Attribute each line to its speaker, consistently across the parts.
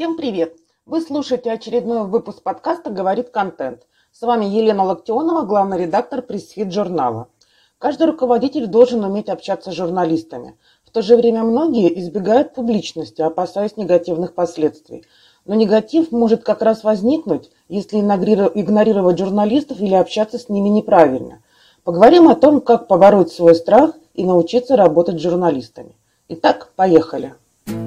Speaker 1: Всем привет! Вы слушаете очередной выпуск подкаста «Говорит контент». С вами Елена Локтионова, главный редактор пресс-фит журнала. Каждый руководитель должен уметь общаться с журналистами. В то же время многие избегают публичности, опасаясь негативных последствий. Но негатив может как раз возникнуть, если игнорировать журналистов или общаться с ними неправильно. Поговорим о том, как побороть свой страх и научиться работать с журналистами. Итак, поехали!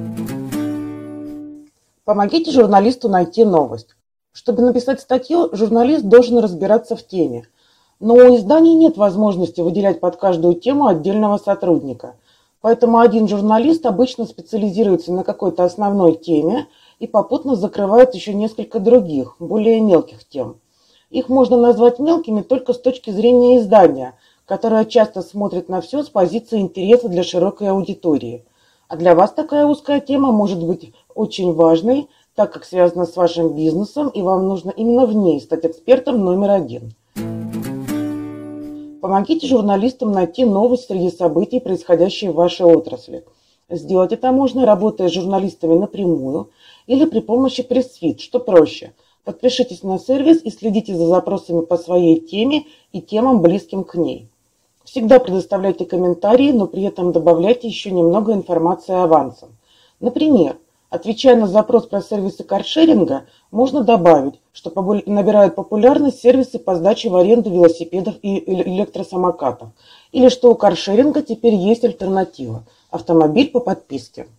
Speaker 1: Помогите журналисту найти новость. Чтобы написать статью, журналист должен разбираться в теме. Но у изданий нет возможности выделять под каждую тему отдельного сотрудника. Поэтому один журналист обычно специализируется на какой-то основной теме и попутно закрывает еще несколько других, более мелких тем. Их можно назвать мелкими только с точки зрения издания, которое часто смотрит на все с позиции интереса для широкой аудитории. А для вас такая узкая тема может быть очень важной, так как связана с вашим бизнесом, и вам нужно именно в ней стать экспертом номер один. Помогите журналистам найти новость среди событий, происходящих в вашей отрасли. Сделать это можно, работая с журналистами напрямую или при помощи пресс-фит, что проще. Подпишитесь на сервис и следите за запросами по своей теме и темам, близким к ней. Всегда предоставляйте комментарии, но при этом добавляйте еще немного информации авансом. Например, отвечая на запрос про сервисы каршеринга, можно добавить, что набирают популярность сервисы по сдаче в аренду велосипедов и электросамокатов, или что у каршеринга теперь есть альтернатива – автомобиль по подписке.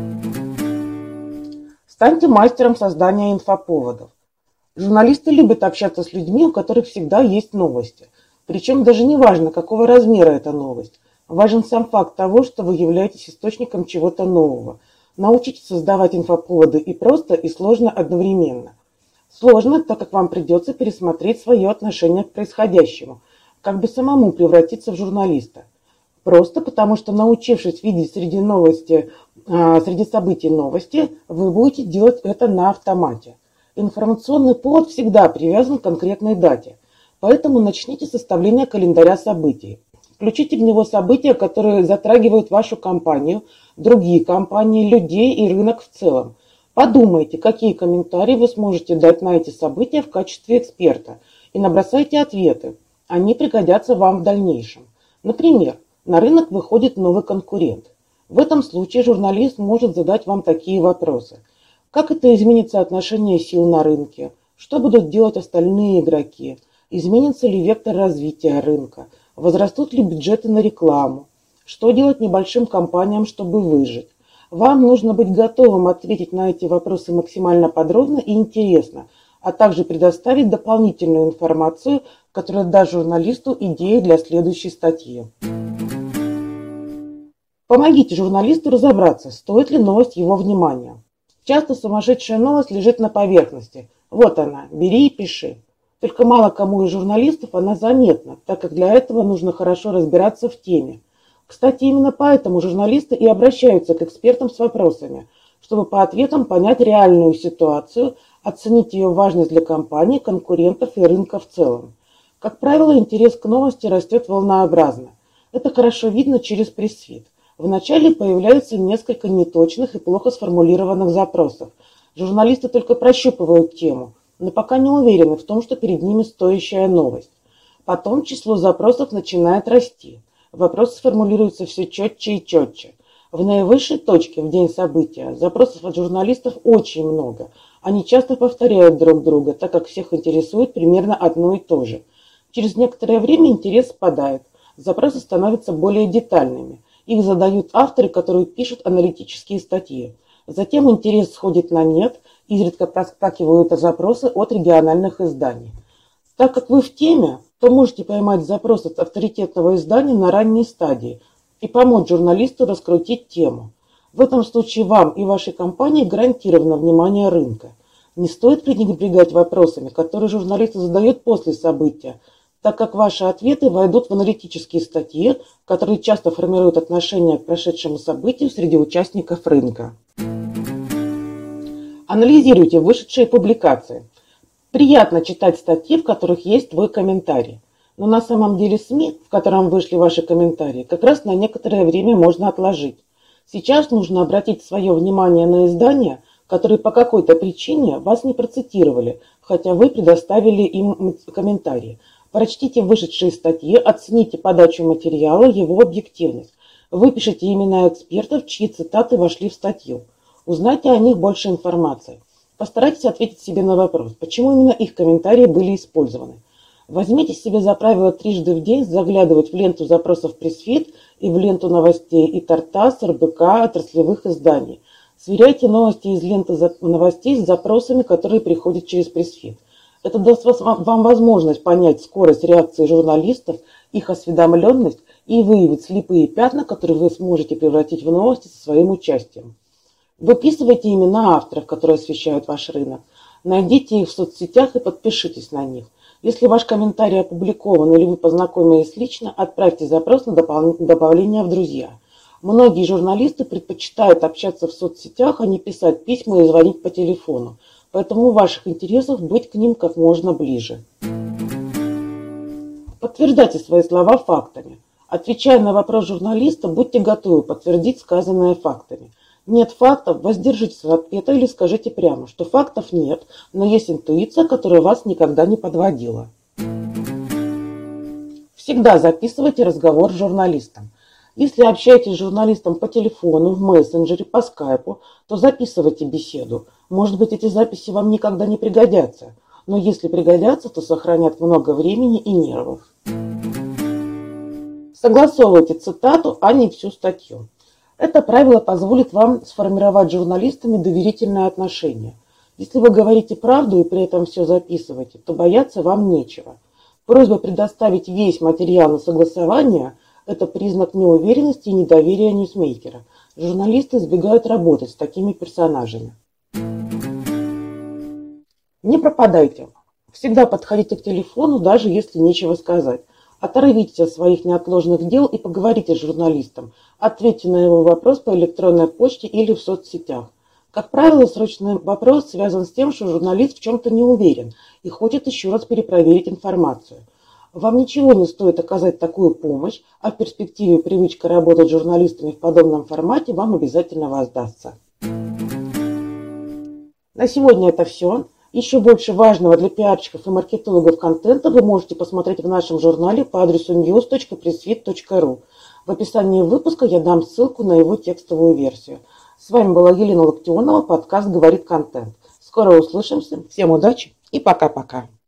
Speaker 1: Станьте мастером создания инфоповодов. Журналисты любят общаться с людьми, у которых всегда есть новости. Причем даже не важно, какого размера эта новость. Важен сам факт того, что вы являетесь источником чего-то нового. Научитесь создавать инфоповоды и просто, и сложно одновременно. Сложно, так как вам придется пересмотреть свое отношение к происходящему, как бы самому превратиться в журналиста. Просто потому, что научившись видеть среди событий новости, вы будете делать это на автомате. Информационный повод всегда привязан к конкретной дате. Поэтому начните с составления календаря событий. Включите в него события, которые затрагивают вашу компанию, другие компании, людей и рынок в целом. Подумайте, какие комментарии вы сможете дать на эти события в качестве эксперта, и набросайте ответы. Они пригодятся вам в дальнейшем. Например, на рынок выходит новый конкурент. В этом случае журналист может задать вам такие вопросы. Как это изменит соотношение сил на рынке? Что будут делать остальные игроки? Изменится ли вектор развития рынка? Возрастут ли бюджеты на рекламу? Что делать небольшим компаниям, чтобы выжить? Вам нужно быть готовым ответить на эти вопросы максимально подробно и интересно, а также предоставить дополнительную информацию, которая даст журналисту идеи для следующей статьи. Помогите журналисту разобраться, стоит ли новость его внимания. Часто сумасшедшая новость лежит на поверхности. Вот она, бери и пиши. Только мало кому из журналистов она заметна, так как для этого нужно хорошо разбираться в теме. Кстати, именно поэтому журналисты и обращаются к экспертам с вопросами, чтобы по ответам понять реальную ситуацию, оценить ее важность для компании, конкурентов и рынка в целом. Как правило, интерес к новости растет волнообразно. Это хорошо видно через пресс-фит. Вначале появляются несколько неточных и плохо сформулированных запросов. Журналисты только прощупывают тему, но пока не уверены в том, что перед ними стоящая новость. Потом число запросов начинает расти. Вопросы формулируются все четче и четче. В наивысшей точке в день события запросов от журналистов очень много. Они часто повторяют друг друга, так как всех интересует примерно одно и то же. Через некоторое время интерес спадает. Запросы становятся более детальными. Их задают авторы, которые пишут аналитические статьи. Затем интерес сходит на нет, изредка проскакивают запросы от региональных изданий. Так как вы в теме, то можете поймать запрос от авторитетного издания на ранней стадии и помочь журналисту раскрутить тему. В этом случае вам и вашей компании гарантировано внимание рынка. Не стоит пренебрегать вопросами, которые журналисты задают после события, так как ваши ответы войдут в аналитические статьи, которые часто формируют отношение к прошедшему событию среди участников рынка. Анализируйте вышедшие публикации. Приятно читать статьи, в которых есть твой комментарий. Но на самом деле СМИ, в котором вышли ваши комментарии, как раз на некоторое время можно отложить. Сейчас нужно обратить свое внимание на издания, которые по какой-то причине вас не процитировали, хотя вы предоставили им комментарии. Прочтите вышедшие статьи, оцените подачу материала, его объективность. Выпишите имена экспертов, чьи цитаты вошли в статью. Узнайте о них больше информации. Постарайтесь ответить себе на вопрос, почему именно их комментарии были использованы. Возьмите себе за правило трижды в день заглядывать в ленту запросов пресс-фит и в ленту новостей и ТАРТАСС, РБК, отраслевых изданий. Сверяйте новости из ленты новостей с запросами, которые приходят через пресс-фит. Это даст вам возможность понять скорость реакции журналистов, их осведомленность и выявить слепые пятна, которые вы сможете превратить в новости со своим участием. Выписывайте имена авторов, которые освещают ваш рынок. Найдите их в соцсетях и подпишитесь на них. Если ваш комментарий опубликован или вы познакомились лично, отправьте запрос на добавление в друзья. Многие журналисты предпочитают общаться в соцсетях, а не писать письма и звонить по телефону. Поэтому в ваших интересах быть к ним как можно ближе. Подтверждайте свои слова фактами. Отвечая на вопрос журналиста, будьте готовы подтвердить сказанное фактами. Нет фактов, воздержитесь от ответа или скажите прямо, что фактов нет, но есть интуиция, которая вас никогда не подводила. Всегда записывайте разговор с журналистом. Если общаетесь с журналистом по телефону, в мессенджере, по скайпу, то записывайте беседу. Может быть, эти записи вам никогда не пригодятся, но если пригодятся, то сохранят много времени и нервов. Согласовывайте цитату, а не всю статью. Это правило позволит вам сформировать с журналистами доверительные отношения. Если вы говорите правду и при этом все записываете, то бояться вам нечего. Просьба предоставить весь материал на согласование – это признак неуверенности и недоверия ньюсмейкера. Журналисты избегают работать с такими персонажами. Не пропадайте. Всегда подходите к телефону, даже если нечего сказать. Оторвитесь от своих неотложных дел и поговорите с журналистом. Ответьте на его вопрос по электронной почте или в соцсетях. Как правило, срочный вопрос связан с тем, что журналист в чем-то не уверен и хочет еще раз перепроверить информацию. Вам ничего не стоит оказать такую помощь, а в перспективе привычка работать с журналистами в подобном формате вам обязательно воздастся. На сегодня это все. Еще больше важного для пиарщиков и маркетологов контента вы можете посмотреть в нашем журнале по адресу news.pressfit.ru. В описании выпуска я дам ссылку на его текстовую версию. С вами была Елена Локтионова, подкаст «Говорит контент». Скоро услышимся. Всем удачи и пока-пока.